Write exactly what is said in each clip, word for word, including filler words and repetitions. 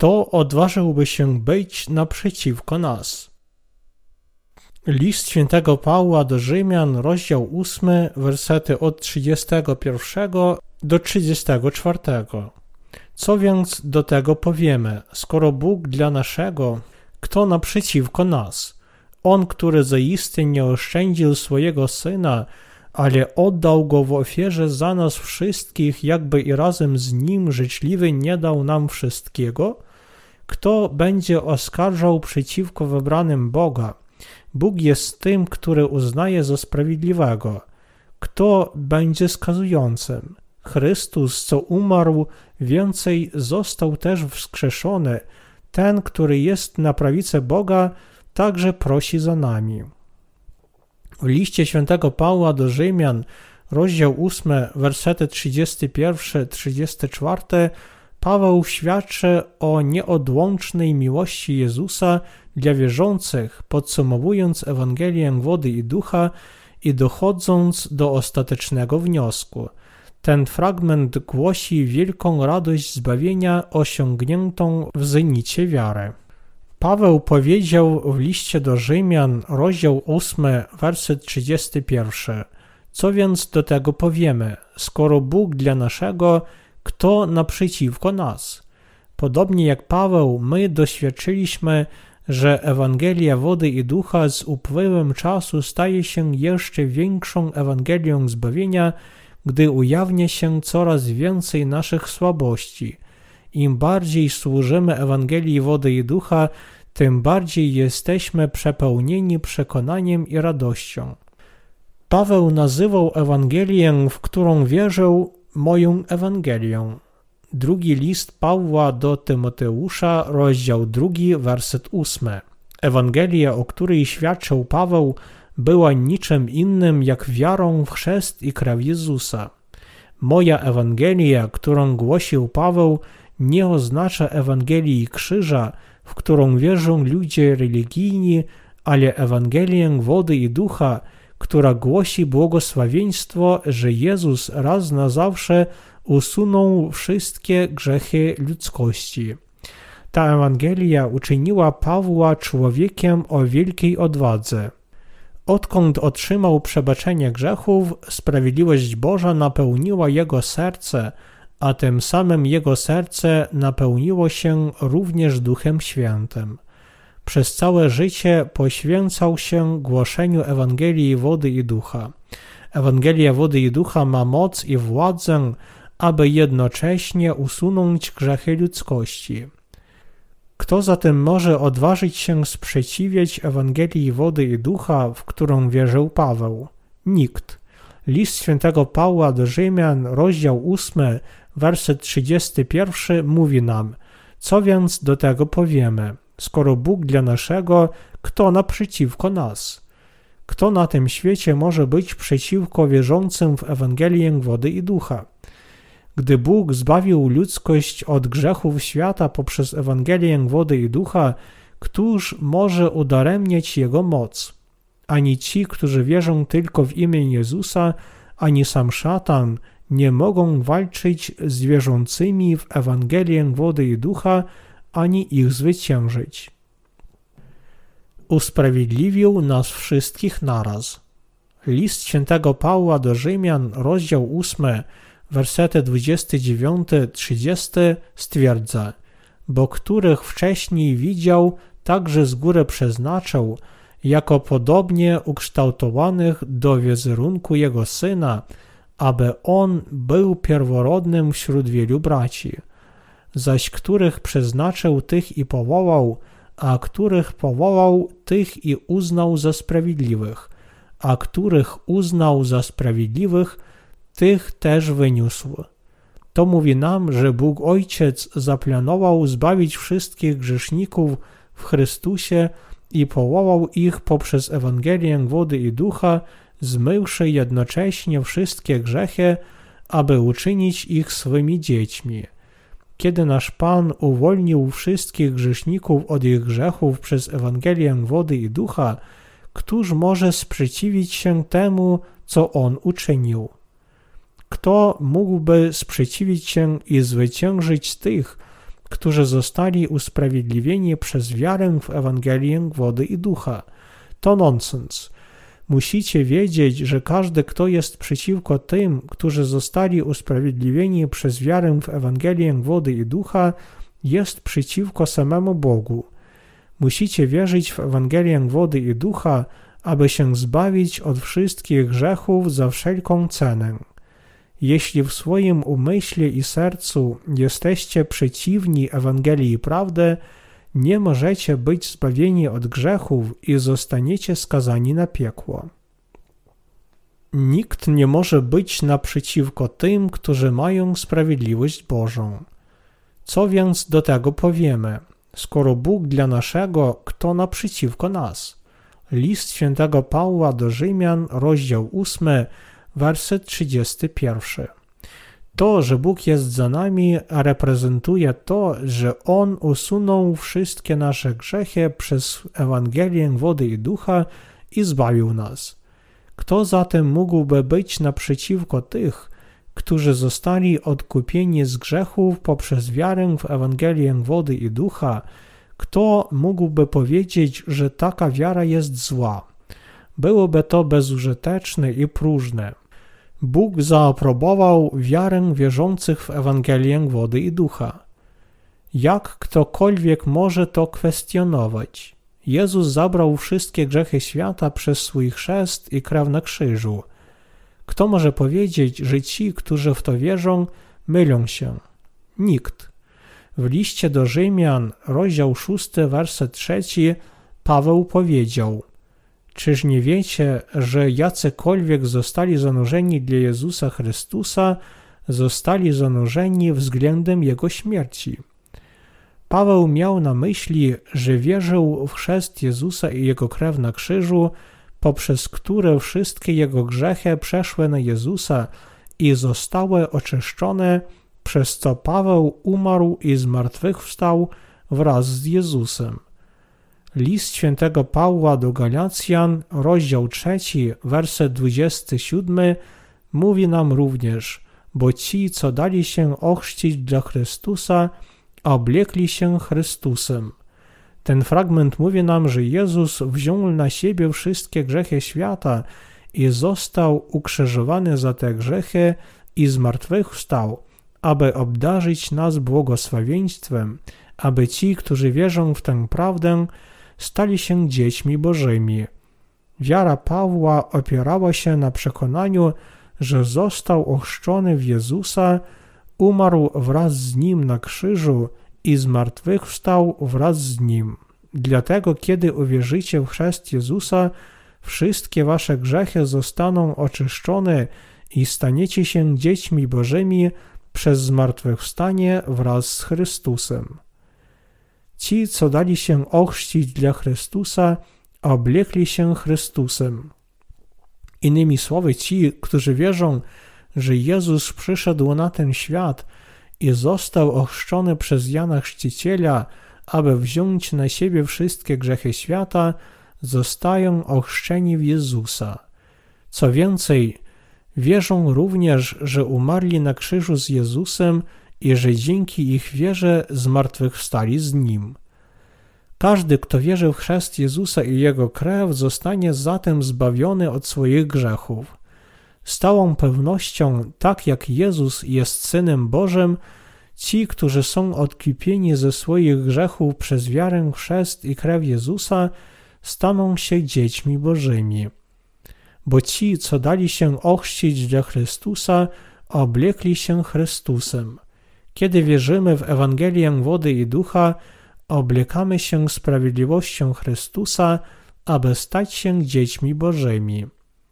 Kto odważyłby się być naprzeciwko nas? List świętego Pawła do Rzymian, rozdział ósmy, wersety od trzydziestego pierwszego do trzydziestego czwartego. Co więc do tego powiemy, skoro Bóg dla naszego, kto naprzeciwko nas? On, który zaiste nie oszczędził swojego Syna, ale oddał Go w ofierze za nas wszystkich, jakby i razem z Nim życzliwy nie dał nam wszystkiego? Kto będzie oskarżał przeciwko wybranym Boga? Bóg jest tym, który uznaje za sprawiedliwego. Kto będzie skazującym? Chrystus, co umarł, więcej został też wskrzeszony. Ten, który jest na prawicy Boga, także prosi za nami. W liście świętego Pawła do Rzymian, rozdział ósmy, wersety trzydziesty pierwszy do trzydziestego czwartego, Paweł świadczy o nieodłącznej miłości Jezusa dla wierzących, podsumowując Ewangelię wody i ducha i dochodząc do ostatecznego wniosku. Ten fragment głosi wielką radość zbawienia osiągniętą w zenicie wiary. Paweł powiedział w liście do Rzymian, rozdział ósmy, werset trzydziesty pierwszy. Co więc do tego powiemy, skoro Bóg dla naszego, kto naprzeciwko nas? Podobnie jak Paweł, my doświadczyliśmy, że Ewangelia wody i ducha z upływem czasu staje się jeszcze większą Ewangelią zbawienia, gdy ujawnia się coraz więcej naszych słabości. Im bardziej służymy Ewangelii wody i ducha, tym bardziej jesteśmy przepełnieni przekonaniem i radością. Paweł nazywał Ewangelię, w którą wierzył, moją Ewangelią. Drugi list Pawła do Tymoteusza, rozdział drugi, werset ósmy. Ewangelia, o której świadczył Paweł, była niczym innym jak wiarą w chrzest i krew Jezusa. Moja Ewangelia, którą głosił Paweł, nie oznacza Ewangelii krzyża, w którą wierzą ludzie religijni, ale Ewangelię wody i ducha, która głosi błogosławieństwo, że Jezus raz na zawsze usunął wszystkie grzechy ludzkości. Ta Ewangelia uczyniła Pawła człowiekiem o wielkiej odwadze. Odkąd otrzymał przebaczenie grzechów, sprawiedliwość Boża napełniła jego serce, a tym samym jego serce napełniło się również Duchem Świętym. Przez całe życie poświęcał się głoszeniu Ewangelii wody i ducha. Ewangelia wody i ducha ma moc i władzę, aby jednocześnie usunąć grzechy ludzkości. Kto zatem może odważyć się sprzeciwiać Ewangelii wody i ducha, w którą wierzył Paweł? Nikt. List świętego Pawła do Rzymian, rozdział ósmy, werset trzydziesty pierwszy mówi nam: co więc do tego powiemy, skoro Bóg dla naszego, kto naprzeciwko nas? Kto na tym świecie może być przeciwko wierzącym w Ewangelię wody i ducha? Gdy Bóg zbawił ludzkość od grzechów świata poprzez Ewangelię wody i ducha, któż może udaremniać Jego moc? Ani ci, którzy wierzą tylko w imię Jezusa, ani sam szatan nie mogą walczyć z wierzącymi w Ewangelię wody i ducha, ani ich zwyciężyć. Usprawiedliwił nas wszystkich naraz. List świętego Pawła do Rzymian, rozdział ósmy, wersety dwudziesty dziewiąty do trzydziestego stwierdza: bo których wcześniej widział, także z góry przeznaczył, jako podobnie ukształtowanych do wizerunku Jego Syna, aby On był pierworodnym wśród wielu braci. Zaś których przeznaczył, tych i powołał, a których powołał, tych i uznał za sprawiedliwych, a których uznał za sprawiedliwych, tych też wyniósł. To mówi nam, że Bóg Ojciec zaplanował zbawić wszystkich grzeszników w Chrystusie i powołał ich poprzez Ewangelię wody i ducha, zmywszy jednocześnie wszystkie grzechy, aby uczynić ich swymi dziećmi. Kiedy nasz Pan uwolnił wszystkich grzeszników od ich grzechów przez Ewangelię wody i ducha, któż może sprzeciwić się temu, co On uczynił? Kto mógłby sprzeciwić się i zwyciężyć tych, którzy zostali usprawiedliwieni przez wiarę w Ewangelię wody i ducha. To nonsens. Musicie wiedzieć, że każdy, kto jest przeciwko tym, którzy zostali usprawiedliwieni przez wiarę w Ewangelię wody i ducha, jest przeciwko samemu Bogu. Musicie wierzyć w Ewangelię wody i ducha, aby się zbawić od wszystkich grzechów za wszelką cenę. Jeśli w swoim umyśle i sercu jesteście przeciwni Ewangelii prawdy, nie możecie być zbawieni od grzechów i zostaniecie skazani na piekło. Nikt nie może być naprzeciwko tym, którzy mają sprawiedliwość Bożą. Co więc do tego powiemy, skoro Bóg dla naszego, kto naprzeciwko nas? List świętego Pawła do Rzymian, rozdział ósmy, werset trzydziesty pierwszy. To, że Bóg jest za nami, reprezentuje to, że On usunął wszystkie nasze grzechy przez Ewangelię wody i ducha i zbawił nas. Kto zatem mógłby być naprzeciwko tych, którzy zostali odkupieni z grzechów poprzez wiarę w Ewangelię wody i ducha? Kto mógłby powiedzieć, że taka wiara jest zła? Byłoby to bezużyteczne i próżne. Bóg zaaprobował wiarę wierzących w Ewangelię wody i ducha. Jak ktokolwiek może to kwestionować? Jezus zabrał wszystkie grzechy świata przez swój chrzest i krew na krzyżu. Kto może powiedzieć, że ci, którzy w to wierzą, mylą się? Nikt. W liście do Rzymian, rozdział szósty, werset trzeci, Paweł powiedział: Czyż nie wiecie, że jacykolwiek zostali zanurzeni dla Jezusa Chrystusa, zostali zanurzeni względem Jego śmierci? Paweł miał na myśli, że wierzył w chrzest Jezusa i Jego krew na krzyżu, poprzez które wszystkie Jego grzechy przeszły na Jezusa i zostały oczyszczone, przez co Paweł umarł i zmartwychwstał wraz z Jezusem. List świętego Pawła do Galacjan, rozdział trzeci, werset dwudziesty siódmy, mówi nam również: bo ci, co dali się ochrzcić dla Chrystusa, obliekli się Chrystusem. Ten fragment mówi nam, że Jezus wziął na siebie wszystkie grzechy świata i został ukrzyżowany za te grzechy i zmartwychwstał, aby obdarzyć nas błogosławieństwem, aby ci, którzy wierzą w tę prawdę, stali się dziećmi Bożymi. Wiara Pawła opierała się na przekonaniu, że został ochrzczony w Jezusa, umarł wraz z Nim na krzyżu i zmartwychwstał wraz z Nim. Dlatego, kiedy uwierzycie w chrzest Jezusa, wszystkie wasze grzechy zostaną oczyszczone i staniecie się dziećmi Bożymi przez zmartwychwstanie wraz z Chrystusem. Ci, co dali się ochrzcić dla Chrystusa, obliekli się Chrystusem. Innymi słowy, ci, którzy wierzą, że Jezus przyszedł na ten świat i został ochrzczony przez Jana Chrzciciela, aby wziąć na siebie wszystkie grzechy świata, zostają ochrzczeni w Jezusa. Co więcej, wierzą również, że umarli na krzyżu z Jezusem i że dzięki ich wierze zmartwychwstali z Nim. Każdy, kto wierzy w chrzest Jezusa i Jego krew, zostanie zatem zbawiony od swoich grzechów. Z całą pewnością, tak jak Jezus jest Synem Bożym, ci, którzy są odkupieni ze swoich grzechów przez wiarę w chrzest i krew Jezusa, staną się dziećmi Bożymi. Bo ci, co dali się ochrzcić dla Chrystusa, obliekli się Chrystusem. Kiedy wierzymy w Ewangelię wody i ducha, obliekamy się sprawiedliwością Chrystusa, aby stać się dziećmi Bożymi.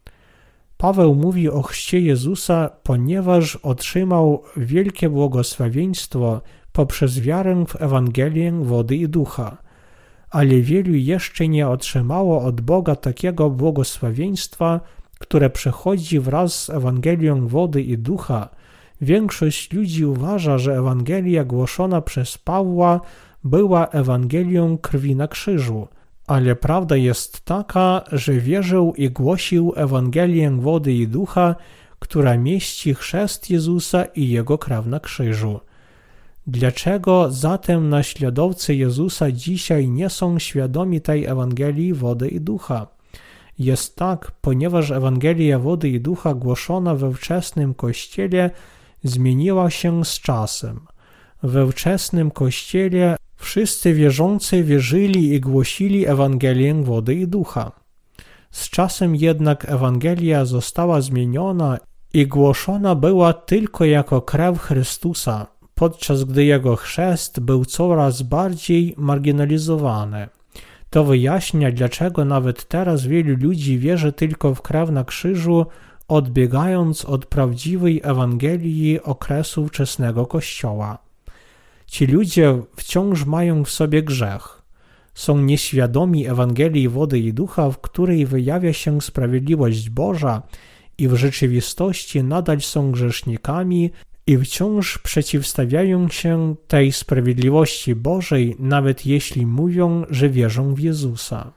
Paweł mówi o chrzcie Jezusa, ponieważ otrzymał wielkie błogosławieństwo poprzez wiarę w Ewangelię wody i ducha. Ale wielu jeszcze nie otrzymało od Boga takiego błogosławieństwa, które przychodzi wraz z Ewangelią wody i ducha. Większość ludzi uważa, że Ewangelia głoszona przez Pawła była Ewangelią krwi na krzyżu, ale prawda jest taka, że wierzył i głosił Ewangelię wody i ducha, która mieści chrzest Jezusa i Jego krew na krzyżu. Dlaczego zatem naśladowcy Jezusa dzisiaj nie są świadomi tej Ewangelii wody i ducha? Jest tak, ponieważ Ewangelia wody i ducha głoszona we wczesnym Kościele zmieniła się z czasem. We wczesnym Kościele wszyscy wierzący wierzyli i głosili Ewangelię wody i ducha. Z czasem jednak Ewangelia została zmieniona i głoszona była tylko jako krew Chrystusa, podczas gdy Jego chrzest był coraz bardziej marginalizowany. To wyjaśnia, dlaczego nawet teraz wielu ludzi wierzy tylko w krew na krzyżu, odbiegając od prawdziwej Ewangelii okresu wczesnego Kościoła. Ci ludzie wciąż mają w sobie grzech. Są nieświadomi Ewangelii wody i ducha, w której wyjawia się sprawiedliwość Boża i w rzeczywistości nadal są grzesznikami i wciąż przeciwstawiają się tej sprawiedliwości Bożej, nawet jeśli mówią, że wierzą w Jezusa.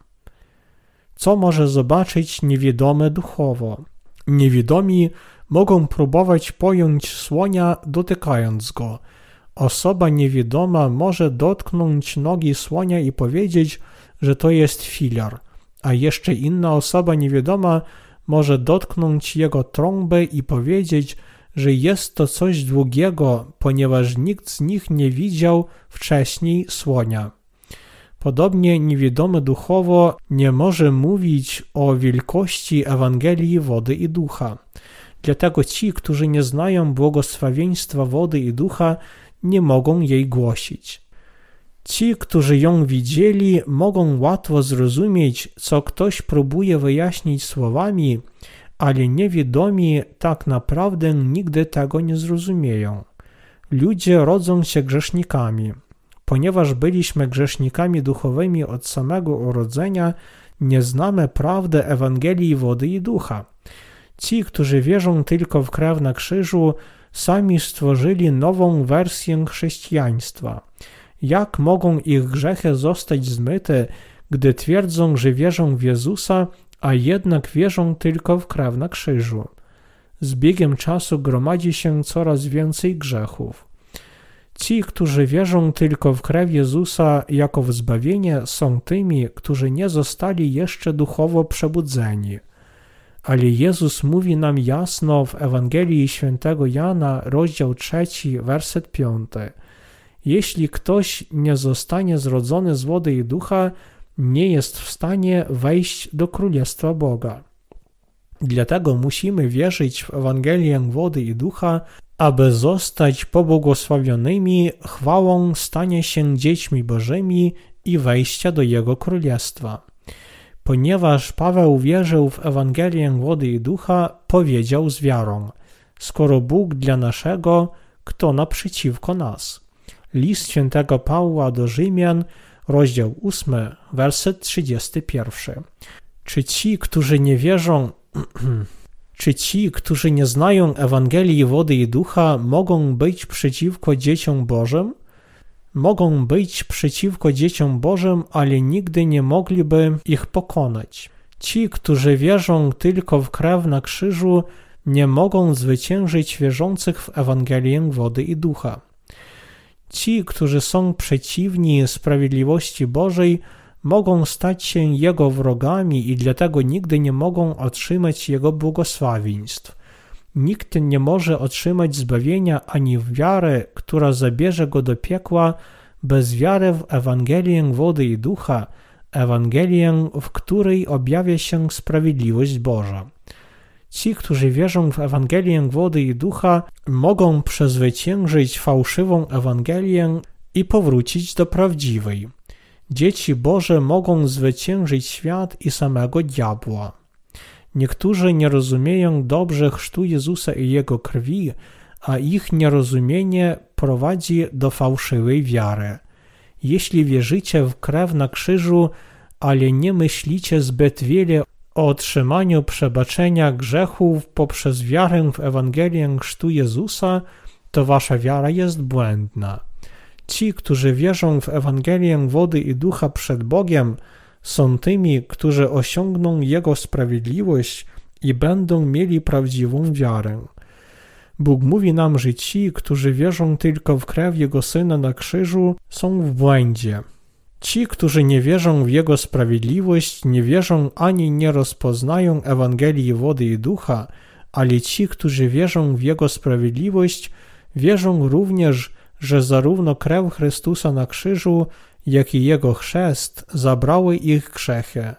Co może zobaczyć niewiedome duchowo? Niewidomi mogą próbować pojąć słonia, dotykając go. Osoba niewidoma może dotknąć nogi słonia i powiedzieć, że to jest filar, a jeszcze inna osoba niewidoma może dotknąć jego trąby i powiedzieć, że jest to coś długiego, ponieważ nikt z nich nie widział wcześniej słonia. Podobnie niewidomy duchowo nie może mówić o wielkości Ewangelii wody i ducha. Dlatego ci, którzy nie znają błogosławieństwa wody i ducha, nie mogą jej głosić. Ci, którzy ją widzieli, mogą łatwo zrozumieć, co ktoś próbuje wyjaśnić słowami, ale niewidomi tak naprawdę nigdy tego nie zrozumieją. Ludzie rodzą się grzesznikami. Ponieważ byliśmy grzesznikami duchowymi od samego urodzenia, nie znamy prawdy Ewangelii wody i ducha. Ci, którzy wierzą tylko w krew na krzyżu, sami stworzyli nową wersję chrześcijaństwa. Jak mogą ich grzechy zostać zmyte, gdy twierdzą, że wierzą w Jezusa, a jednak wierzą tylko w krew na krzyżu? Z biegiem czasu gromadzi się coraz więcej grzechów. Ci, którzy wierzą tylko w krew Jezusa jako w zbawienie, są tymi, którzy nie zostali jeszcze duchowo przebudzeni. Ale Jezus mówi nam jasno w Ewangelii Świętego Jana, rozdział trzeci, werset piąty. Jeśli ktoś nie zostanie zrodzony z wody i ducha, nie jest w stanie wejść do Królestwa Boga. Dlatego musimy wierzyć w Ewangelię wody i ducha, aby zostać pobłogosławionymi chwałą stania się dziećmi Bożymi i wejścia do Jego Królestwa. Ponieważ Paweł wierzył w Ewangelię wody i ducha, powiedział z wiarą: skoro Bóg dla naszego, kto naprzeciwko nas? List świętego Pawła do Rzymian, rozdział ósmy, werset trzydziesty pierwszy. Czy ci, którzy nie wierzą, czy ci, którzy nie znają Ewangelii wody i ducha, mogą być przeciwko dzieciom Bożym? Mogą być przeciwko dzieciom Bożym, ale nigdy nie mogliby ich pokonać. Ci, którzy wierzą tylko w krew na krzyżu, nie mogą zwyciężyć wierzących w Ewangelię wody i ducha. Ci, którzy są przeciwni sprawiedliwości Bożej, mogą stać się Jego wrogami i dlatego nigdy nie mogą otrzymać Jego błogosławieństw. Nikt nie może otrzymać zbawienia ani wiary, która zabierze go do piekła, bez wiary w Ewangelię wody i ducha, Ewangelię, w której objawia się sprawiedliwość Boża. Ci, którzy wierzą w Ewangelię wody i ducha, mogą przezwyciężyć fałszywą Ewangelię i powrócić do prawdziwej. Dzieci Boże mogą zwyciężyć świat i samego diabła. Niektórzy nie rozumieją dobrze chrztu Jezusa i Jego krwi, a ich nierozumienie prowadzi do fałszywej wiary. Jeśli wierzycie w krew na krzyżu, ale nie myślicie zbyt wiele o otrzymaniu przebaczenia grzechów poprzez wiarę w Ewangelię chrztu Jezusa, to wasza wiara jest błędna. Ci, którzy wierzą w Ewangelię wody i ducha przed Bogiem, są tymi, którzy osiągną Jego sprawiedliwość i będą mieli prawdziwą wiarę. Bóg mówi nam, że ci, którzy wierzą tylko w krew Jego Syna na krzyżu, są w błędzie. Ci, którzy nie wierzą w Jego sprawiedliwość, nie wierzą ani nie rozpoznają Ewangelii wody i ducha, ale ci, którzy wierzą w Jego sprawiedliwość, wierzą również, że zarówno krew Chrystusa na krzyżu, jak i Jego chrzest zabrały ich grzechy.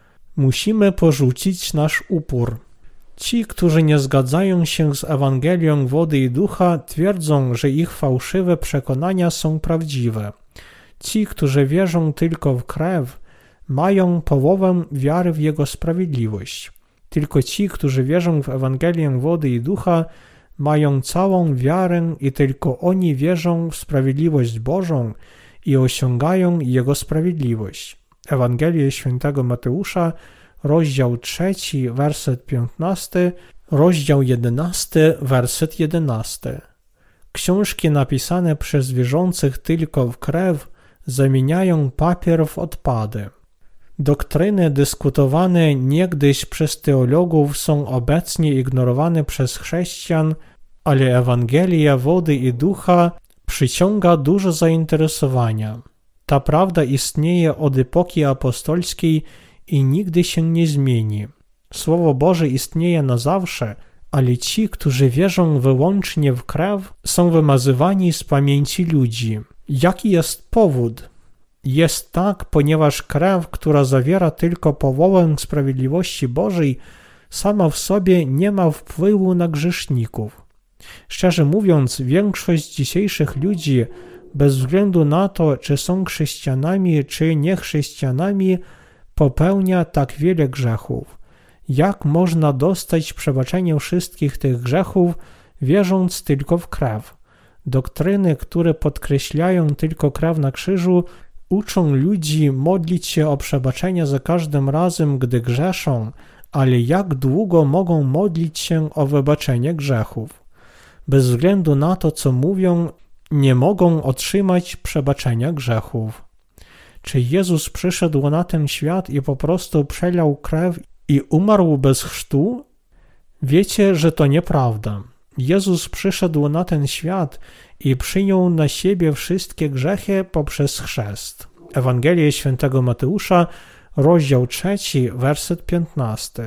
Musimy porzucić nasz upór. Ci, którzy nie zgadzają się z Ewangelią wody i ducha, twierdzą, że ich fałszywe przekonania są prawdziwe. Ci, którzy wierzą tylko w krew, mają połowę wiary w Jego sprawiedliwość. Tylko ci, którzy wierzą w Ewangelię wody i ducha, mają całą wiarę i tylko oni wierzą w sprawiedliwość Bożą i osiągają Jego sprawiedliwość. Ewangelia Świętego Mateusza, rozdział trzeci, werset piętnasty, rozdział jedenasty, werset jedenasty. Książki napisane przez wierzących tylko w krew zamieniają papier w odpady. Doktryny dyskutowane niegdyś przez teologów są obecnie ignorowane przez chrześcijan, ale Ewangelia wody i ducha przyciąga dużo zainteresowania. Ta prawda istnieje od epoki apostolskiej i nigdy się nie zmieni. Słowo Boże istnieje na zawsze, ale ci, którzy wierzą wyłącznie w krew, są wymazywani z pamięci ludzi. Jaki jest powód? Jest tak, ponieważ krew, która zawiera tylko połowę sprawiedliwości Bożej, sama w sobie nie ma wpływu na grzeszników. Szczerze mówiąc, większość dzisiejszych ludzi, bez względu na to, czy są chrześcijanami, czy niechrześcijanami, popełnia tak wiele grzechów. Jak można dostać przebaczenie wszystkich tych grzechów, wierząc tylko w krew? Doktryny, które podkreślają tylko krew na krzyżu, uczą ludzi modlić się o przebaczenie za każdym razem, gdy grzeszą, ale jak długo mogą modlić się o wybaczenie grzechów? Bez względu na to, co mówią, nie mogą otrzymać przebaczenia grzechów. Czy Jezus przyszedł na ten świat i po prostu przelał krew i umarł bez chrztu? Wiecie, że to nieprawda. Jezus przyszedł na ten świat i przyjął na siebie wszystkie grzechy poprzez chrzest. Ewangelia Świętego Mateusza, rozdział trzeci, werset piętnasty.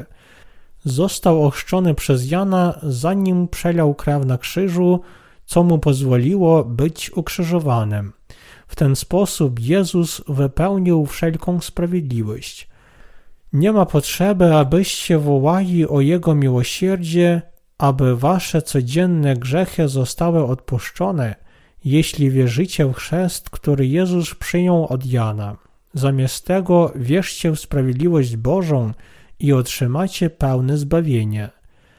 Został ochrzczony przez Jana, zanim przelał krew na krzyżu, co mu pozwoliło być ukrzyżowanym. W ten sposób Jezus wypełnił wszelką sprawiedliwość. Nie ma potrzeby, abyście wołali o Jego miłosierdzie, aby wasze codzienne grzechy zostały odpuszczone, jeśli wierzycie w chrzest, który Jezus przyjął od Jana. Zamiast tego wierzcie w sprawiedliwość Bożą i otrzymacie pełne zbawienie.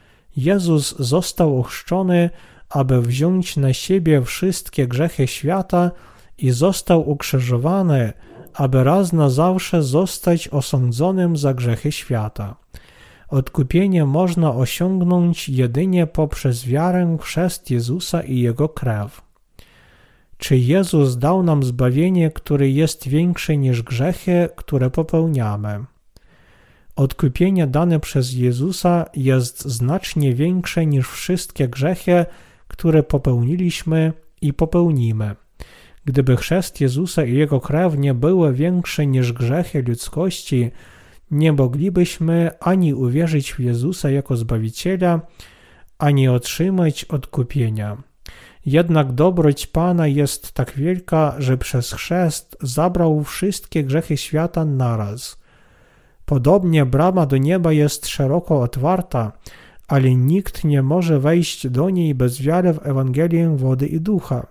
Jezus został ochrzczony, aby wziąć na siebie wszystkie grzechy świata i został ukrzyżowany, aby raz na zawsze zostać osądzonym za grzechy świata. Odkupienie można osiągnąć jedynie poprzez wiarę w chrzest Jezusa i Jego krew. Czy Jezus dał nam zbawienie, które jest większe niż grzechy, które popełniamy? Odkupienie dane przez Jezusa jest znacznie większe niż wszystkie grzechy, które popełniliśmy i popełnimy. Gdyby chrzest Jezusa i Jego krew nie były większe niż grzechy ludzkości, nie moglibyśmy ani uwierzyć w Jezusa jako Zbawiciela, ani otrzymać odkupienia. Jednak dobroć Pana jest tak wielka, że przez chrzest zabrał wszystkie grzechy świata naraz. Podobnie brama do nieba jest szeroko otwarta, ale nikt nie może wejść do niej bez wiary w Ewangelię wody i ducha.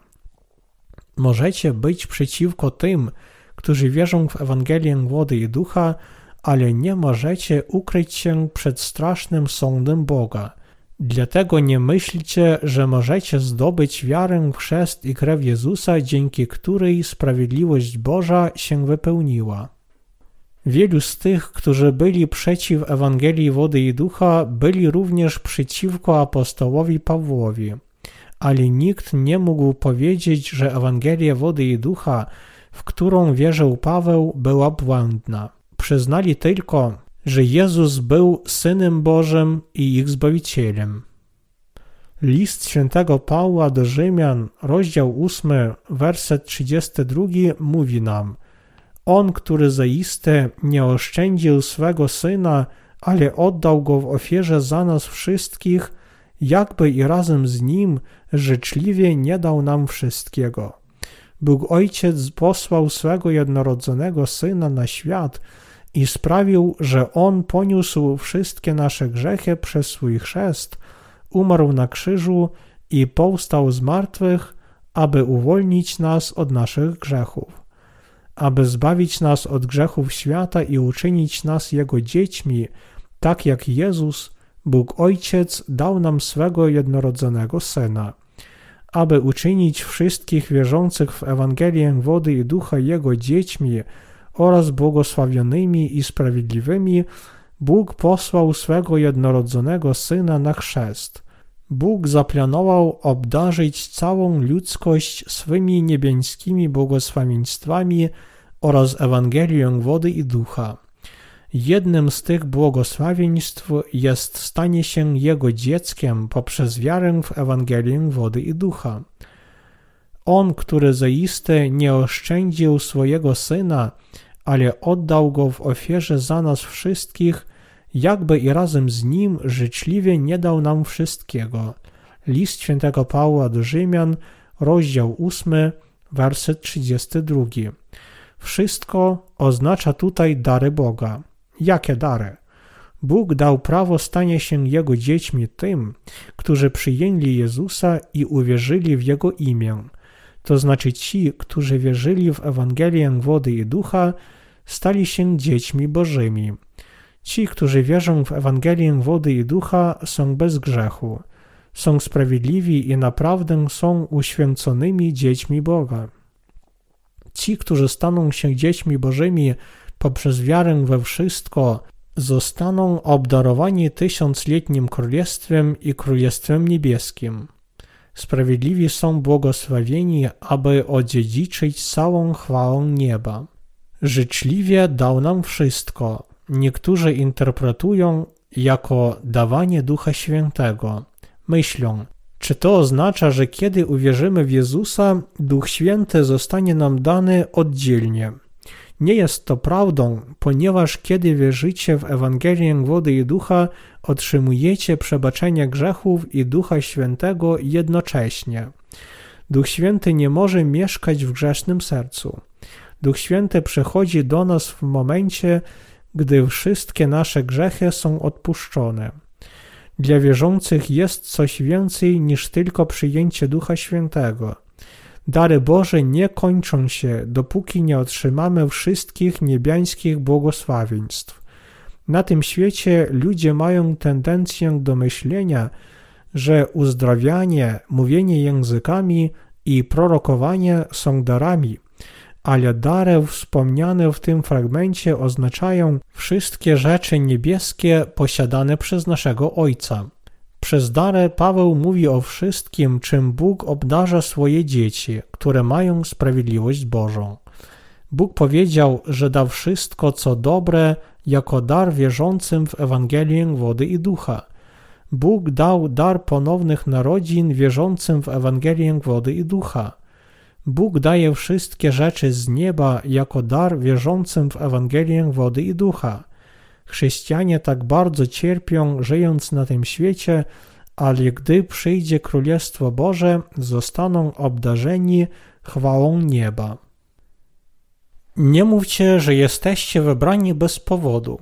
Możecie być przeciwko tym, którzy wierzą w Ewangelię wody i ducha, ale nie możecie ukryć się przed strasznym sądem Boga. Dlatego nie myślcie, że możecie zdobyć wiarę w chrzest i krew Jezusa, dzięki której sprawiedliwość Boża się wypełniła. Wielu z tych, którzy byli przeciw Ewangelii wody i ducha, byli również przeciwko apostołowi Pawłowi. Ale nikt nie mógł powiedzieć, że Ewangelia wody i ducha, w którą wierzył Paweł, była błędna. Przyznali tylko, że Jezus był Synem Bożym i ich Zbawicielem. List świętego Pawła do Rzymian, rozdział ósmy, werset trzydziesty drugi mówi nam: On, który zaiste nie oszczędził swego Syna, ale oddał Go w ofierze za nas wszystkich, jakby i razem z Nim życzliwie nie dał nam wszystkiego. Bóg Ojciec posłał swego jednorodzonego Syna na świat i sprawił, że On poniósł wszystkie nasze grzechy przez swój chrzest, umarł na krzyżu i powstał z martwych, aby uwolnić nas od naszych grzechów. Aby zbawić nas od grzechów świata i uczynić nas Jego dziećmi, tak jak Jezus, Bóg Ojciec dał nam swego jednorodzonego Syna. Aby uczynić wszystkich wierzących w Ewangelię wody i ducha Jego dziećmi oraz błogosławionymi i sprawiedliwymi, Bóg posłał swego jednorodzonego Syna na chrzest. Bóg zaplanował obdarzyć całą ludzkość swymi niebiańskimi błogosławieństwami oraz Ewangelią wody i ducha. Jednym z tych błogosławieństw jest stanie się Jego dzieckiem poprzez wiarę w Ewangelię wody i ducha. On, który zaiste nie oszczędził swojego Syna, ale oddał Go w ofierze za nas wszystkich, jakby i razem z Nim życzliwie nie dał nam wszystkiego. List świętego Pawła do Rzymian, rozdział ósmy, werset trzydziesty drugi. Wszystko oznacza tutaj dary Boga. Jakie dary? Bóg dał prawo stania się Jego dziećmi tym, którzy przyjęli Jezusa i uwierzyli w Jego imię. To znaczy ci, którzy wierzyli w Ewangelię wody i ducha, stali się dziećmi Bożymi. Ci, którzy wierzą w Ewangelię wody i ducha, są bez grzechu, są sprawiedliwi i naprawdę są uświęconymi dziećmi Boga. Ci, którzy staną się dziećmi Bożymi poprzez wiarę we wszystko, zostaną obdarowani tysiącletnim królestwem i królestwem niebieskim. Sprawiedliwi są błogosławieni, aby odziedziczyć całą chwałę nieba. Życzliwie dał nam wszystko. Niektórzy interpretują jako dawanie Ducha Świętego. Myślą, czy to oznacza, że kiedy uwierzymy w Jezusa, Duch Święty zostanie nam dany oddzielnie. Nie jest to prawdą, ponieważ kiedy wierzycie w Ewangelię wody i ducha, otrzymujecie przebaczenie grzechów i Ducha Świętego jednocześnie. Duch Święty nie może mieszkać w grzesznym sercu. Duch Święty przychodzi do nas w momencie, gdy wszystkie nasze grzechy są odpuszczone. Dla wierzących jest coś więcej niż tylko przyjęcie Ducha Świętego. Dary Boże nie kończą się, dopóki nie otrzymamy wszystkich niebiańskich błogosławieństw. Na tym świecie ludzie mają tendencję do myślenia, że uzdrawianie, mówienie językami i prorokowanie są darami, ale dary wspomniane w tym fragmencie oznaczają wszystkie rzeczy niebieskie posiadane przez naszego Ojca. Przez dary Paweł mówi o wszystkim, czym Bóg obdarza swoje dzieci, które mają sprawiedliwość Bożą. Bóg powiedział, że da wszystko, co dobre, jako dar wierzącym w Ewangelię wody i ducha. Bóg dał dar ponownych narodzin wierzącym w Ewangelię wody i ducha. Bóg daje wszystkie rzeczy z nieba jako dar wierzącym w Ewangelię wody i ducha. Chrześcijanie tak bardzo cierpią, żyjąc na tym świecie, ale gdy przyjdzie Królestwo Boże, zostaną obdarzeni chwałą nieba. Nie mówcie, że jesteście wybrani bez powodu.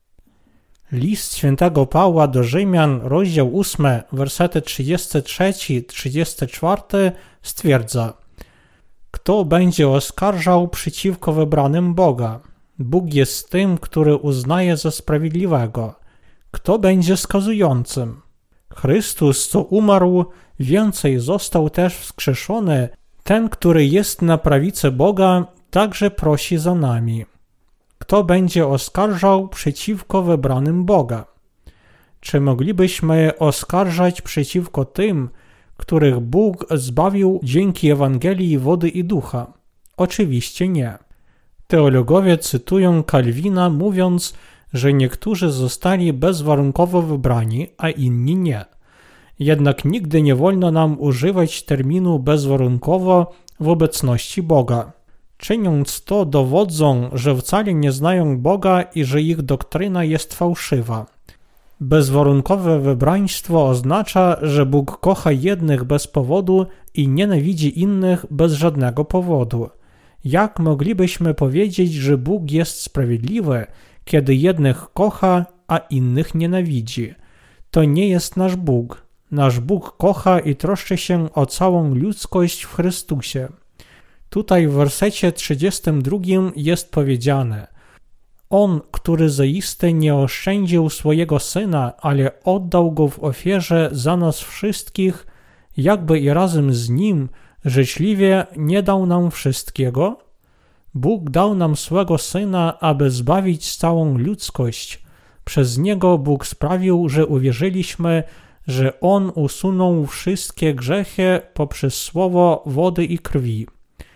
List świętego Pawła do Rzymian, rozdział ósmy, wersety trzydziesty trzeci do trzydziestego czwartego stwierdza: Kto będzie oskarżał przeciwko wybranym Boga? Bóg jest tym, który uznaje za sprawiedliwego. Kto będzie skazującym? Chrystus, co umarł, więcej został też wskrzeszony. Ten, który jest na prawicy Boga, także prosi za nami. Kto będzie oskarżał przeciwko wybranym Boga? Czy moglibyśmy oskarżać przeciwko tym, których Bóg zbawił dzięki Ewangelii wody i ducha? Oczywiście nie. Teologowie cytują Kalwina, mówiąc, że niektórzy zostali bezwarunkowo wybrani, a inni nie. Jednak nigdy nie wolno nam używać terminu bezwarunkowo w obecności Boga. Czyniąc to, dowodzą, że wcale nie znają Boga i że ich doktryna jest fałszywa. Bezwarunkowe wybraństwo oznacza, że Bóg kocha jednych bez powodu i nienawidzi innych bez żadnego powodu. Jak moglibyśmy powiedzieć, że Bóg jest sprawiedliwy, kiedy jednych kocha, a innych nienawidzi? To nie jest nasz Bóg. Nasz Bóg kocha i troszczy się o całą ludzkość w Chrystusie. Tutaj w wersecie trzydziestym drugim jest powiedziane: On, który zaiste nie oszczędził swojego Syna, ale oddał Go w ofierze za nas wszystkich, jakby i razem z Nim życzliwie nie dał nam wszystkiego? Bóg dał nam swego Syna, aby zbawić całą ludzkość. Przez Niego Bóg sprawił, że uwierzyliśmy, że On usunął wszystkie grzechy poprzez słowo wody i krwi.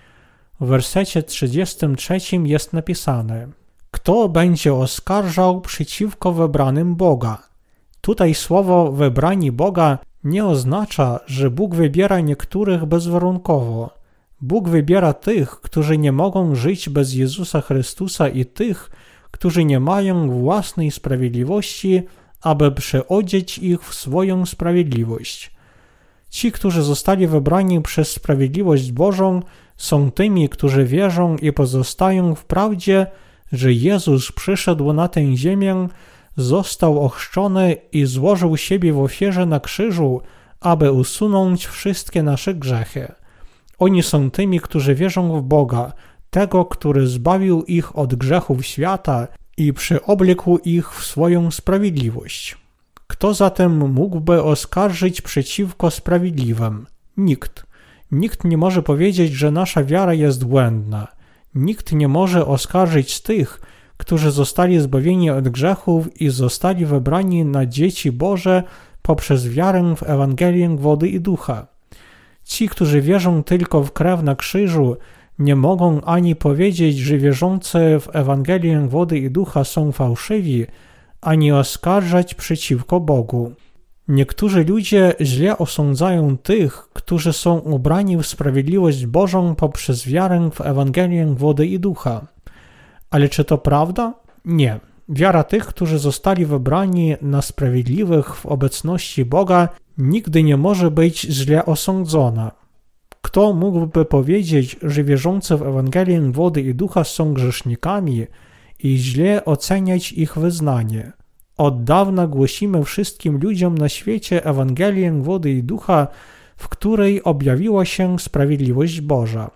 W wersecie trzydziestym trzecim jest napisane: Kto będzie oskarżał przeciwko wybranym Boga? Tutaj słowo wybrani Boga nie oznacza, że Bóg wybiera niektórych bezwarunkowo. Bóg wybiera tych, którzy nie mogą żyć bez Jezusa Chrystusa i tych, którzy nie mają własnej sprawiedliwości, aby przeodzieć ich w swoją sprawiedliwość. Ci, którzy zostali wybrani przez sprawiedliwość Bożą, są tymi, którzy wierzą i pozostają w prawdzie, że Jezus przyszedł na tę ziemię, został ochrzczony i złożył siebie w ofierze na krzyżu, aby usunąć wszystkie nasze grzechy. Oni są tymi, którzy wierzą w Boga, tego, który zbawił ich od grzechów świata i przyoblekł ich w swoją sprawiedliwość. Kto zatem mógłby oskarżyć przeciwko sprawiedliwym? Nikt. Nikt nie może powiedzieć, że nasza wiara jest błędna. Nikt nie może oskarżyć tych, którzy zostali zbawieni od grzechów i zostali wybrani na dzieci Boże poprzez wiarę w Ewangelię wody i ducha. Ci, którzy wierzą tylko w krew na krzyżu, nie mogą ani powiedzieć, że wierzący w Ewangelię wody i ducha są fałszywi, ani oskarżać przeciwko Bogu. Niektórzy ludzie źle osądzają tych, którzy są ubrani w sprawiedliwość Bożą poprzez wiarę w Ewangelię wody i ducha. Ale czy to prawda? Nie. Wiara tych, którzy zostali wybrani na sprawiedliwych w obecności Boga, nigdy nie może być źle osądzona. Kto mógłby powiedzieć, że wierzący w Ewangelię wody i ducha są grzesznikami i źle oceniać ich wyznanie? Od dawna głosimy wszystkim ludziom na świecie Ewangelię wody i ducha, w której objawiła się sprawiedliwość Boża.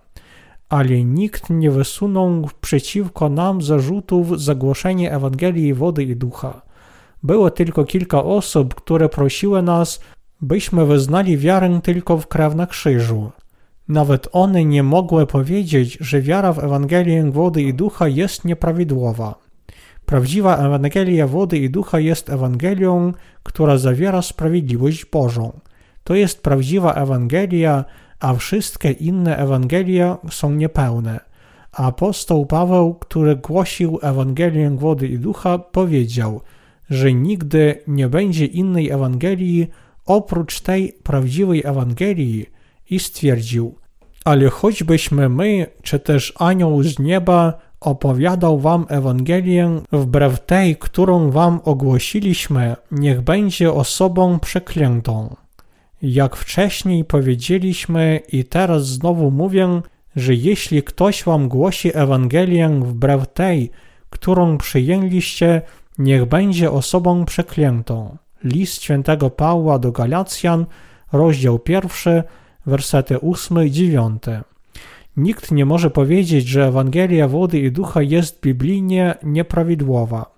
Ale nikt nie wysunął przeciwko nam zarzutów za głoszenie Ewangelii wody i ducha. Było tylko kilka osób, które prosiły nas, byśmy wyznali wiarę tylko w krew na krzyżu. Nawet one nie mogły powiedzieć, że wiara w Ewangelię wody i ducha jest nieprawidłowa. Prawdziwa Ewangelia wody i ducha jest Ewangelią, która zawiera sprawiedliwość Bożą. To jest prawdziwa Ewangelia, a wszystkie inne Ewangelia są niepełne. Apostoł Paweł, który głosił Ewangelię wody i ducha, powiedział, że nigdy nie będzie innej Ewangelii oprócz tej prawdziwej Ewangelii i stwierdził: ale choćbyśmy my, czy też anioł z nieba opowiadał wam Ewangelię wbrew tej, którą wam ogłosiliśmy, niech będzie osobą przeklętą. Jak wcześniej powiedzieliśmy i teraz znowu mówię, że jeśli ktoś wam głosi Ewangelię wbrew tej, którą przyjęliście, niech będzie osobą przeklętą. List świętego Pawła do Galacjan, rozdział pierwszy, wersety ósmy i dziewiąty. Nikt nie może powiedzieć, że Ewangelia wody i ducha jest biblijnie nieprawidłowa.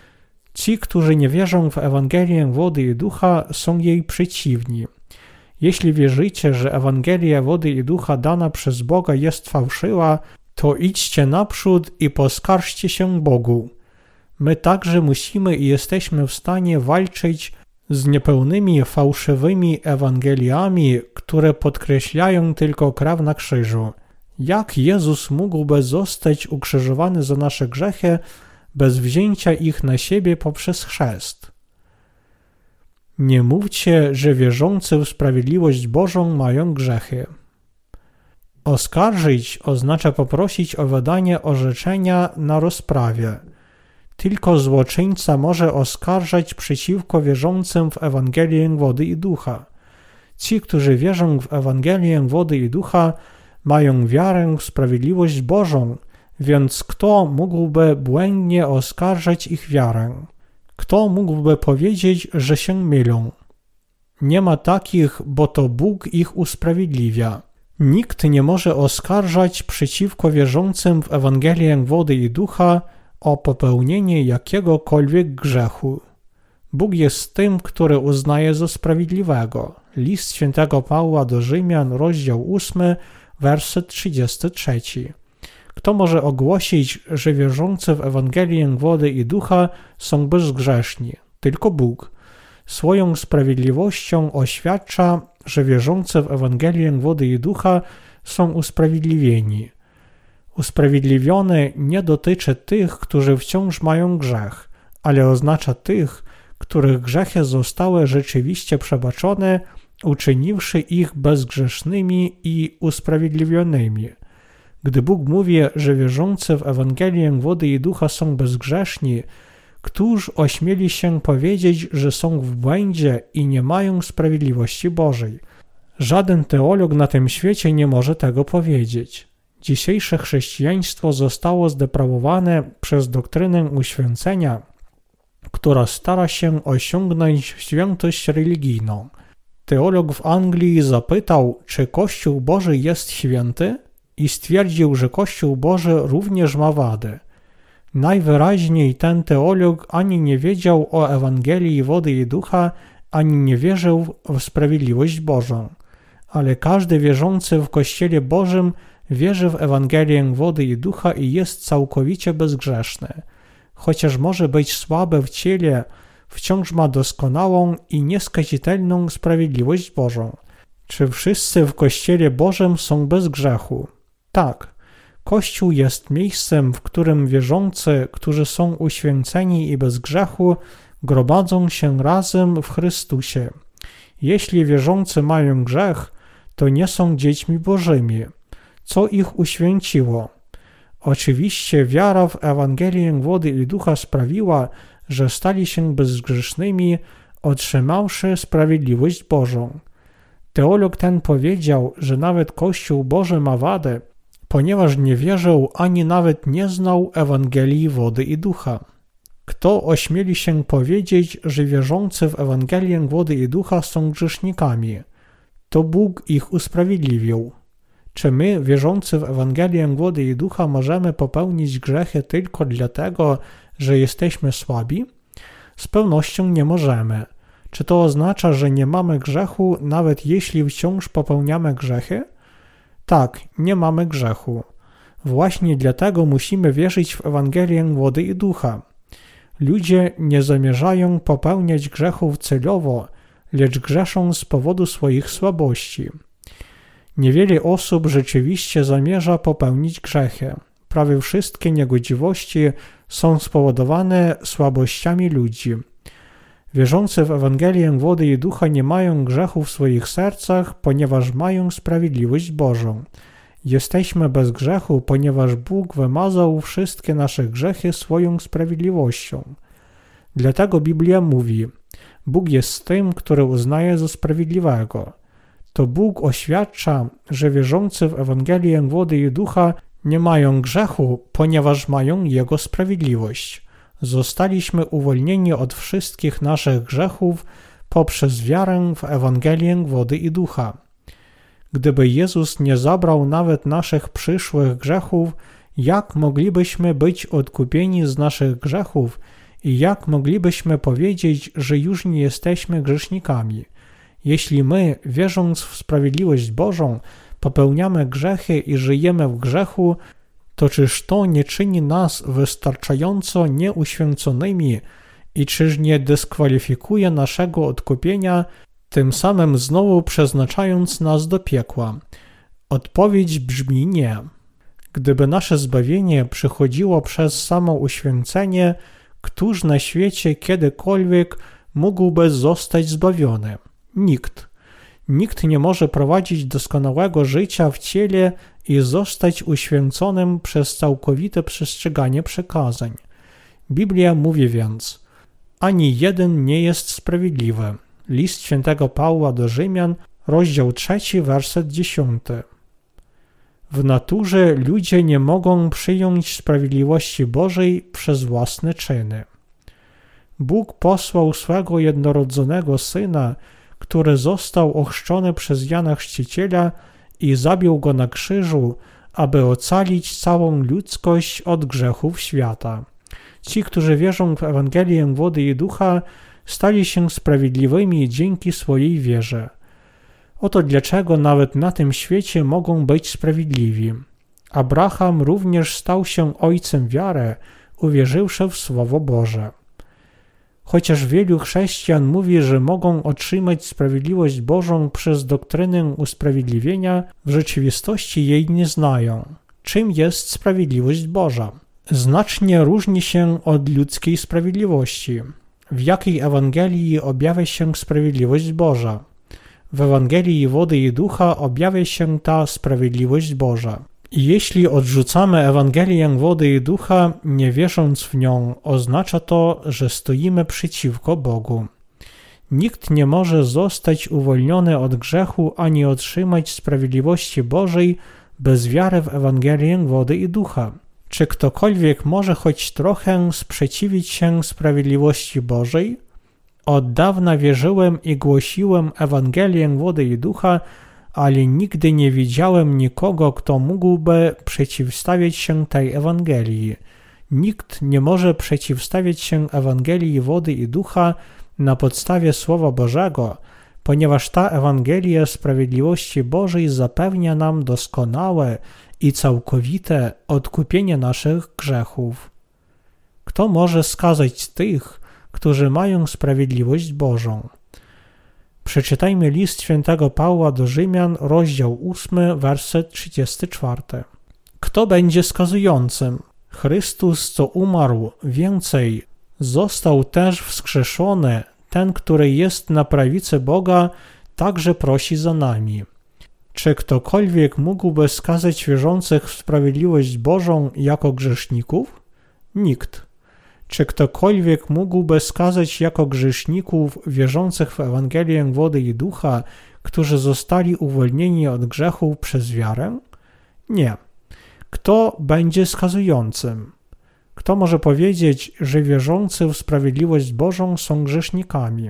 Ci, którzy nie wierzą w Ewangelię wody i ducha, są jej przeciwni. Jeśli wierzycie, że Ewangelia wody i ducha dana przez Boga jest fałszywa, to idźcie naprzód i poskarżcie się Bogu. My także musimy i jesteśmy w stanie walczyć z niepełnymi, fałszywymi Ewangeliami, które podkreślają tylko krew na krzyżu. Jak Jezus mógłby zostać ukrzyżowany za nasze grzechy bez wzięcia ich na siebie poprzez chrzest? Nie mówcie, że wierzący w sprawiedliwość Bożą mają grzechy. Oskarżyć oznacza poprosić o wydanie orzeczenia na rozprawie. Tylko złoczyńca może oskarżać przeciwko wierzącym w Ewangelię wody i ducha. Ci, którzy wierzą w Ewangelię wody i ducha, mają wiarę w sprawiedliwość Bożą, więc kto mógłby błędnie oskarżać ich wiarę? Kto mógłby powiedzieć, że się mylą? Nie ma takich, bo to Bóg ich usprawiedliwia. Nikt nie może oskarżać przeciwko wierzącym w Ewangelię wody i ducha o popełnienie jakiegokolwiek grzechu. Bóg jest tym, który uznaje za sprawiedliwego. List świętego Pawła do Rzymian, rozdział ósmy, werset trzydziesty trzeci. Kto może ogłosić, że wierzący w Ewangelię wody i ducha są bezgrzeszni? Tylko Bóg. Swoją sprawiedliwością oświadcza, że wierzący w Ewangelię wody i ducha są usprawiedliwieni. Usprawiedliwiony nie dotyczy tych, którzy wciąż mają grzech, ale oznacza tych, których grzechy zostały rzeczywiście przebaczone, uczyniwszy ich bezgrzesznymi i usprawiedliwionymi. Gdy Bóg mówi, że wierzący w Ewangelię wody i ducha są bezgrzeszni, któż ośmieli się powiedzieć, że są w błędzie i nie mają sprawiedliwości Bożej? Żaden teolog na tym świecie nie może tego powiedzieć. Dzisiejsze chrześcijaństwo zostało zdeprawowane przez doktrynę uświęcenia, która stara się osiągnąć świętość religijną. Teolog w Anglii zapytał, czy Kościół Boży jest święty, i stwierdził, że Kościół Boży również ma wady. Najwyraźniej ten teolog ani nie wiedział o Ewangelii wody i ducha, ani nie wierzył w sprawiedliwość Bożą. Ale każdy wierzący w Kościele Bożym wierzy w Ewangelię wody i ducha i jest całkowicie bezgrzeszny. Chociaż może być słaby w ciele, wciąż ma doskonałą i nieskazitelną sprawiedliwość Bożą. Czy wszyscy w Kościele Bożym są bez grzechu? Tak. Kościół jest miejscem, w którym wierzący, którzy są uświęceni i bez grzechu, gromadzą się razem w Chrystusie. Jeśli wierzący mają grzech, to nie są dziećmi Bożymi. Co ich uświęciło? Oczywiście wiara w Ewangelię wody i ducha sprawiła, że stali się bezgrzesznymi, otrzymawszy sprawiedliwość Bożą. Teolog ten powiedział, że nawet Kościół Boży ma wadę, ponieważ nie wierzył ani nawet nie znał Ewangelii wody i ducha. Kto ośmieli się powiedzieć, że wierzący w Ewangelię wody i ducha są grzesznikami? To Bóg ich usprawiedliwił. Czy my, wierzący w Ewangelię wody i ducha, możemy popełnić grzechy tylko dlatego, że jesteśmy słabi? Z pewnością nie możemy. Czy to oznacza, że nie mamy grzechu, nawet jeśli wciąż popełniamy grzechy? Tak, nie mamy grzechu. Właśnie dlatego musimy wierzyć w Ewangelię wody i ducha. Ludzie nie zamierzają popełniać grzechów celowo, lecz grzeszą z powodu swoich słabości. Niewiele osób rzeczywiście zamierza popełnić grzechy. Prawie wszystkie niegodziwości są spowodowane słabościami ludzi. Wierzący w Ewangelię wody i ducha nie mają grzechu w swoich sercach, ponieważ mają sprawiedliwość Bożą. Jesteśmy bez grzechu, ponieważ Bóg wymazał wszystkie nasze grzechy swoją sprawiedliwością. Dlatego Biblia mówi: Bóg jest tym, który uznaje za sprawiedliwego. To Bóg oświadcza, że wierzący w Ewangelię wody i ducha nie mają grzechu, ponieważ mają Jego sprawiedliwość. Zostaliśmy uwolnieni od wszystkich naszych grzechów poprzez wiarę w Ewangelię wody i ducha. Gdyby Jezus nie zabrał nawet naszych przyszłych grzechów, jak moglibyśmy być odkupieni z naszych grzechów i jak moglibyśmy powiedzieć, że już nie jesteśmy grzesznikami? Jeśli my, wierząc w sprawiedliwość Bożą, popełniamy grzechy i żyjemy w grzechu, to czyż to nie czyni nas wystarczająco nieuświęconymi i czyż nie dyskwalifikuje naszego odkupienia, tym samym znowu przeznaczając nas do piekła? Odpowiedź brzmi nie. Gdyby nasze zbawienie przychodziło przez samo uświęcenie, któż na świecie kiedykolwiek mógłby zostać zbawiony? Nikt. Nikt nie może prowadzić doskonałego życia w ciele i zostać uświęconym przez całkowite przestrzeganie przekazań. Biblia mówi więc: ani jeden nie jest sprawiedliwy. List świętego Pawła do Rzymian, rozdział trzeci, werset dziesiąty. W naturze ludzie nie mogą przyjąć sprawiedliwości Bożej przez własne czyny. Bóg posłał swego jednorodzonego Syna, który został ochrzczony przez Jana Chrzciciela i zabił go na krzyżu, aby ocalić całą ludzkość od grzechów świata. Ci, którzy wierzą w Ewangelię wody i ducha, stali się sprawiedliwymi dzięki swojej wierze. Oto dlaczego nawet na tym świecie mogą być sprawiedliwi. Abraham również stał się ojcem wiary, uwierzywszy w Słowo Boże. Chociaż wielu chrześcijan mówi, że mogą otrzymać sprawiedliwość Bożą przez doktrynę usprawiedliwienia, w rzeczywistości jej nie znają. Czym jest sprawiedliwość Boża? Znacznie różni się od ludzkiej sprawiedliwości. W jakiej Ewangelii objawia się sprawiedliwość Boża? W Ewangelii wody i ducha objawia się ta sprawiedliwość Boża. I jeśli odrzucamy Ewangelię wody i ducha, nie wierząc w nią, oznacza to, że stoimy przeciwko Bogu. Nikt nie może zostać uwolniony od grzechu ani otrzymać sprawiedliwości Bożej bez wiary w Ewangelię wody i ducha. Czy ktokolwiek może choć trochę sprzeciwić się sprawiedliwości Bożej? Od dawna wierzyłem i głosiłem Ewangelię wody i ducha, ale nigdy nie widziałem nikogo, kto mógłby przeciwstawiać się tej Ewangelii. Nikt nie może przeciwstawiać się Ewangelii wody i ducha na podstawie Słowa Bożego, ponieważ ta Ewangelia sprawiedliwości Bożej zapewnia nam doskonałe i całkowite odkupienie naszych grzechów. Kto może skazać tych, którzy mają sprawiedliwość Bożą? Przeczytajmy list świętego Pawła do Rzymian, rozdział ósmy, werset trzydziesty czwarty. Kto będzie skazującym? Chrystus, co umarł, więcej, został też wskrzeszony, ten, który jest na prawicy Boga, także prosi za nami. Czy ktokolwiek mógłby skazać wierzących w sprawiedliwość Bożą jako grzeszników? Nikt. Czy ktokolwiek mógłby skazać jako grzeszników wierzących w Ewangelię wody i ducha, którzy zostali uwolnieni od grzechów przez wiarę? Nie. Kto będzie skazującym? Kto może powiedzieć, że wierzący w sprawiedliwość Bożą są grzesznikami?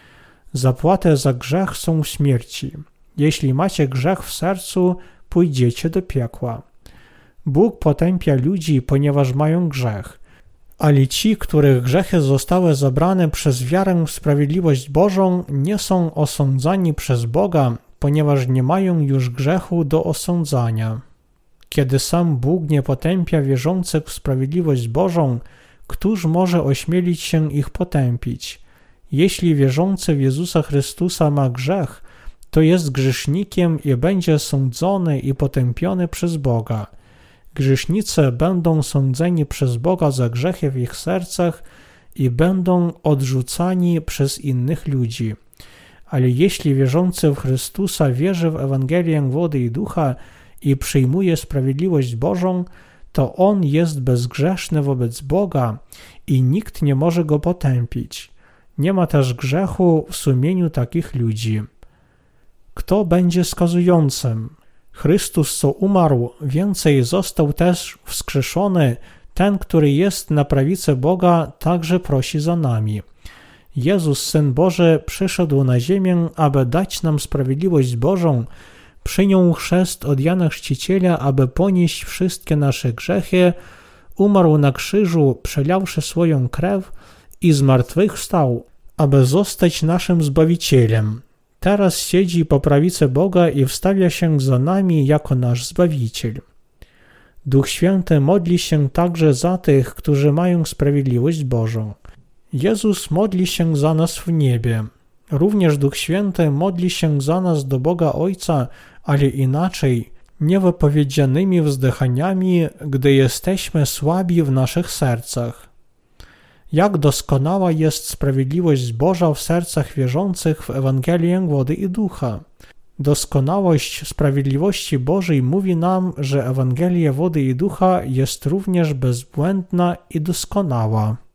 Zapłatę za grzech są śmierci. Jeśli macie grzech w sercu, pójdziecie do piekła. Bóg potępia ludzi, ponieważ mają grzech. Ale ci, których grzechy zostały zabrane przez wiarę w sprawiedliwość Bożą, nie są osądzani przez Boga, ponieważ nie mają już grzechu do osądzania. Kiedy sam Bóg nie potępia wierzących w sprawiedliwość Bożą, któż może ośmielić się ich potępić? Jeśli wierzący w Jezusa Chrystusa ma grzech, to jest grzesznikiem i będzie sądzony i potępiony przez Boga. Grzesznicy będą sądzeni przez Boga za grzechy w ich sercach i będą odrzucani przez innych ludzi. Ale jeśli wierzący w Chrystusa wierzy w Ewangelię wody i ducha i przyjmuje sprawiedliwość Bożą, to on jest bezgrzeszny wobec Boga i nikt nie może go potępić. Nie ma też grzechu w sumieniu takich ludzi. Kto będzie skazującym? Chrystus, co umarł, więcej został też wskrzeszony, ten, który jest na prawicy Boga, także prosi za nami. Jezus, Syn Boży, przyszedł na ziemię, aby dać nam sprawiedliwość Bożą, przyjął chrzest od Jana Chrzciciela, aby ponieść wszystkie nasze grzechy, umarł na krzyżu, przelawszy swoją krew i zmartwychwstał, aby zostać naszym Zbawicielem. Teraz siedzi po prawicy Boga i wstawia się za nami jako nasz Zbawiciel. Duch Święty modli się także za tych, którzy mają sprawiedliwość Bożą. Jezus modli się za nas w niebie. Również Duch Święty modli się za nas do Boga Ojca, ale inaczej, niewypowiedzianymi wzdychaniami, gdy jesteśmy słabi w naszych sercach. Jak doskonała jest sprawiedliwość Boża w sercach wierzących w Ewangelię wody i ducha. Doskonałość sprawiedliwości Bożej mówi nam, że Ewangelia wody i ducha jest również bezbłędna i doskonała.